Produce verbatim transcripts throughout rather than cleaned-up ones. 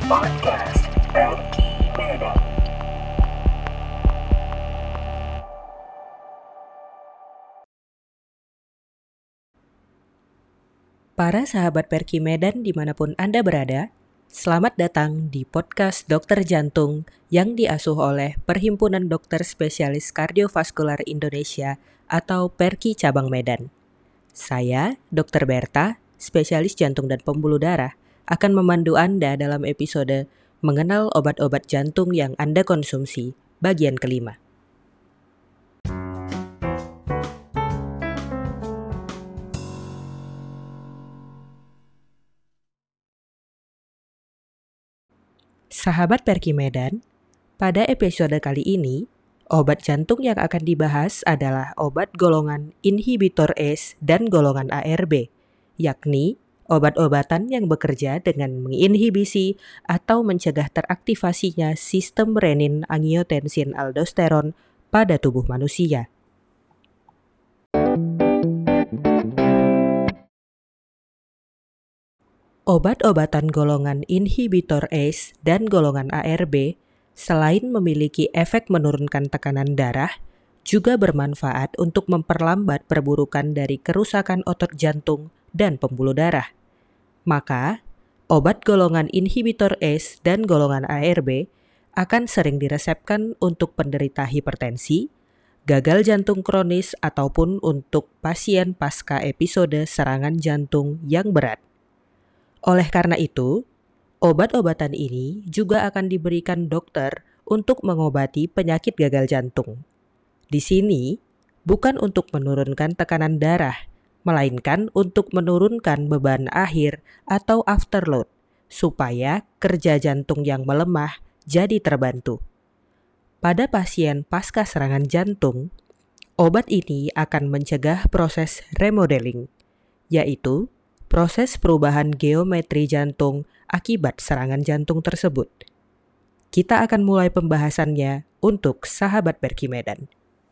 Podcast Perky Medan. Para sahabat Perky Medan dimanapun Anda berada, selamat datang di podcast Dokter Jantung yang diasuh oleh Perhimpunan Dokter Spesialis Kardiovaskular Indonesia atau Perky Cabang Medan. Saya, Dokter Berta, spesialis jantung dan pembuluh darah, akan memandu Anda dalam episode Mengenal Obat-obat Jantung yang Anda Konsumsi, bagian kelima. Sahabat Perky Medan, pada episode kali ini, obat jantung yang akan dibahas adalah obat golongan inhibitor A C E dan golongan A R B, yakni obat-obatan yang bekerja dengan menginhibisi atau mencegah teraktivasinya sistem renin-angiotensin-aldosteron pada tubuh manusia. Obat-obatan golongan inhibitor A C E dan golongan A R B selain memiliki efek menurunkan tekanan darah, juga bermanfaat untuk memperlambat perburukan dari kerusakan otot jantung dan pembuluh darah. Maka, obat golongan inhibitor A C E dan golongan A R B akan sering diresepkan untuk penderita hipertensi, gagal jantung kronis ataupun untuk pasien pasca episode serangan jantung yang berat. Oleh karena itu, obat-obatan ini juga akan diberikan dokter untuk mengobati penyakit gagal jantung. Di sini, bukan untuk menurunkan tekanan darah, melainkan untuk menurunkan beban akhir atau afterload, supaya kerja jantung yang melemah jadi terbantu. Pada pasien pasca serangan jantung, obat ini akan mencegah proses remodeling, yaitu proses perubahan geometri jantung akibat serangan jantung tersebut. Kita akan mulai pembahasannya untuk sahabat Perky Medan.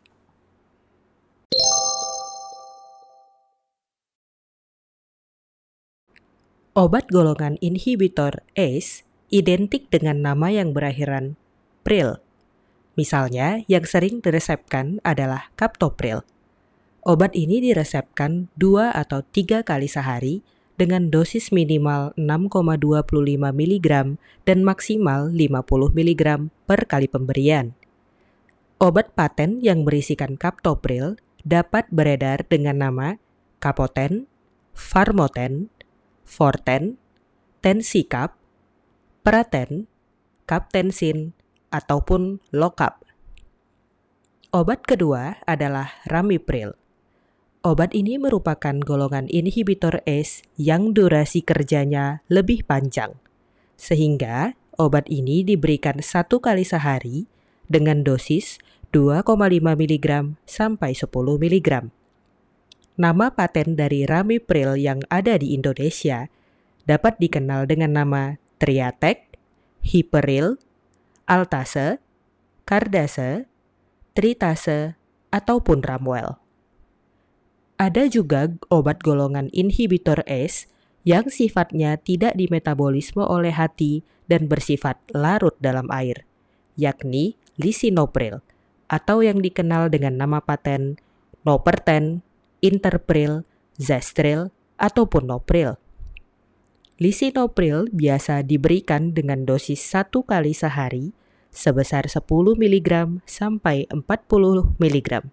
Obat golongan inhibitor A C E identik dengan nama yang berakhiran pril. Misalnya, yang sering diresepkan adalah captopril. Obat ini diresepkan dua atau tiga kali sehari dengan dosis minimal enam koma dua lima miligram dan maksimal lima puluh miligram per kali pemberian. Obat paten yang berisikan captopril dapat beredar dengan nama Capoten, Farmoten, Forten, Tensikap, Praten, Captensin, ataupun Lokap. Obat kedua adalah Ramipril. Obat ini merupakan golongan inhibitor A C E yang durasi kerjanya lebih panjang, sehingga obat ini diberikan satu kali sehari dengan dosis dua koma lima miligram sampai sepuluh miligram. Nama paten dari Ramipril yang ada di Indonesia dapat dikenal dengan nama Triatek, Hiperil, Altase, Cardase, Tritase, ataupun Ramwell. Ada juga obat golongan inhibitor A C E yang sifatnya tidak dimetabolisme oleh hati dan bersifat larut dalam air, yakni lisinopril, atau yang dikenal dengan nama paten Noperten, Interpril, Zestril, ataupun Nopril. Lisinopril biasa diberikan dengan dosis satu kali sehari sebesar sepuluh miligram sampai empat puluh miligram.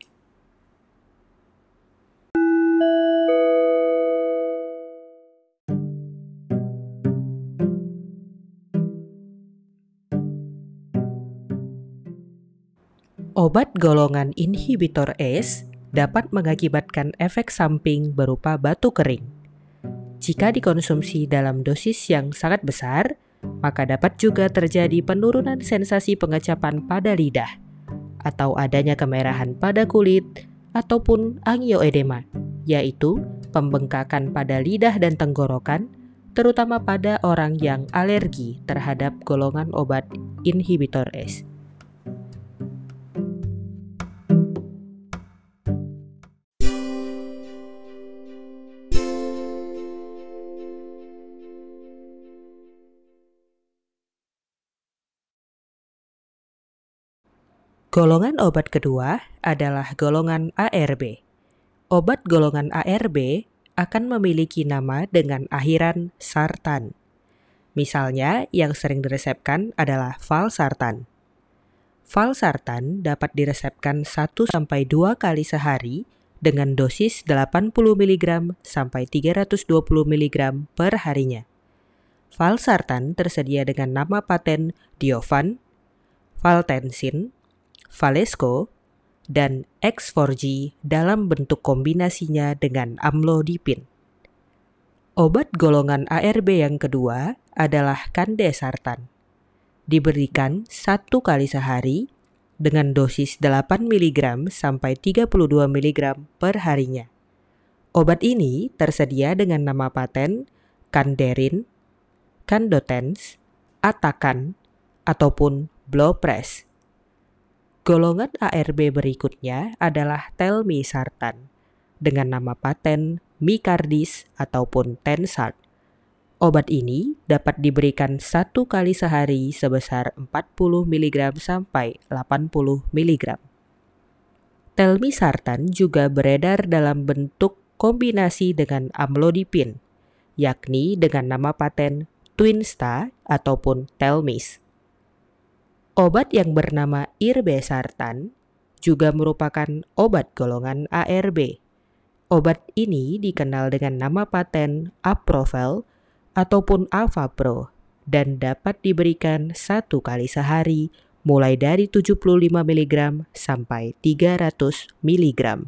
Obat golongan inhibitor A C E dapat mengakibatkan efek samping berupa batu kering. Jika dikonsumsi dalam dosis yang sangat besar, maka dapat juga terjadi penurunan sensasi pengecapan pada lidah, atau adanya kemerahan pada kulit, ataupun angioedema, yaitu pembengkakan pada lidah dan tenggorokan, terutama pada orang yang alergi terhadap golongan obat inhibitor A C E. Golongan obat kedua adalah golongan A R B. Obat golongan A R B akan memiliki nama dengan akhiran sartan. Misalnya, yang sering diresepkan adalah valsartan. Valsartan dapat diresepkan satu sampai dua kali sehari dengan dosis delapan puluh miligram sampai tiga ratus dua puluh miligram per harinya. Valsartan tersedia dengan nama paten Diovan, Valtensin, Valesco, dan X four G dalam bentuk kombinasinya dengan amlodipin. Obat golongan A R B yang kedua adalah Candesartan. Diberikan satu kali sehari dengan dosis delapan miligram sampai tiga puluh dua miligram per harinya. Obat ini tersedia dengan nama paten Canderin, Candotens, Atakan, ataupun Blowpress. Golongan A R B berikutnya adalah Telmisartan dengan nama paten Micardis ataupun Tensart. Obat ini dapat diberikan satu kali sehari sebesar empat puluh miligram sampai delapan puluh miligram. Telmisartan juga beredar dalam bentuk kombinasi dengan amlodipin, yakni dengan nama paten Twinsta ataupun Telmis. Obat yang bernama Irbesartan juga merupakan obat golongan A R B. Obat ini dikenal dengan nama paten Aprovel ataupun Avapro dan dapat diberikan satu kali sehari mulai dari tujuh puluh lima miligram sampai tiga ratus miligram.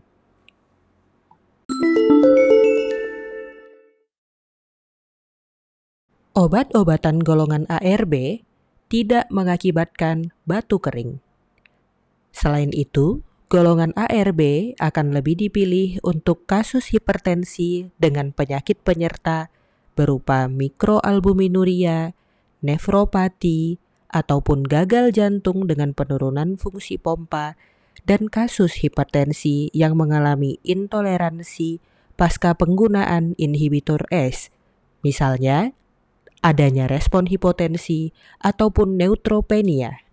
Obat-obatan golongan A R B tidak mengakibatkan batu kering. Selain itu, golongan A R B akan lebih dipilih untuk kasus hipertensi dengan penyakit penyerta berupa mikroalbuminuria, nefropati, ataupun gagal jantung dengan penurunan fungsi pompa, dan kasus hipertensi yang mengalami intoleransi pasca penggunaan inhibitor A C E, misalnya adanya respon hipotensi ataupun neutropenia.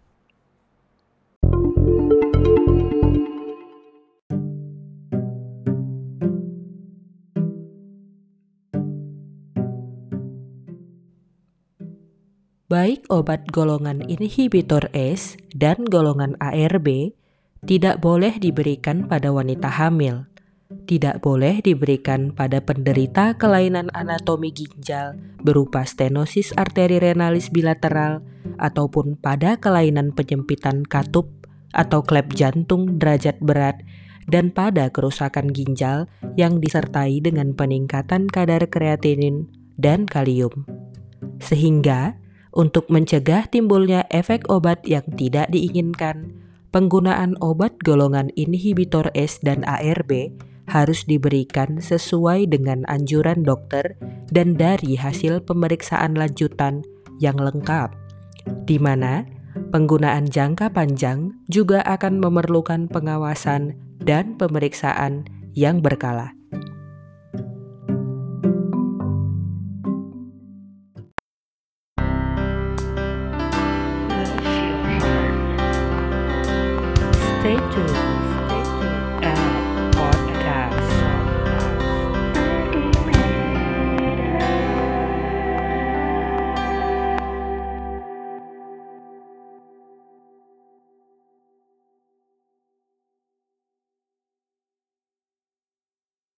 Baik obat golongan inhibitor A C E dan golongan A R B tidak boleh diberikan pada wanita hamil, tidak boleh diberikan pada penderita kelainan anatomi ginjal berupa stenosis arteri renalis bilateral ataupun pada kelainan penyempitan katup atau klep jantung derajat berat dan pada kerusakan ginjal yang disertai dengan peningkatan kadar kreatinin dan kalium. Sehingga untuk mencegah timbulnya efek obat yang tidak diinginkan, penggunaan obat golongan inhibitor A C E dan A R B harus diberikan sesuai dengan anjuran dokter dan dari hasil pemeriksaan lanjutan yang lengkap, di mana penggunaan jangka panjang juga akan memerlukan pengawasan dan pemeriksaan yang berkala.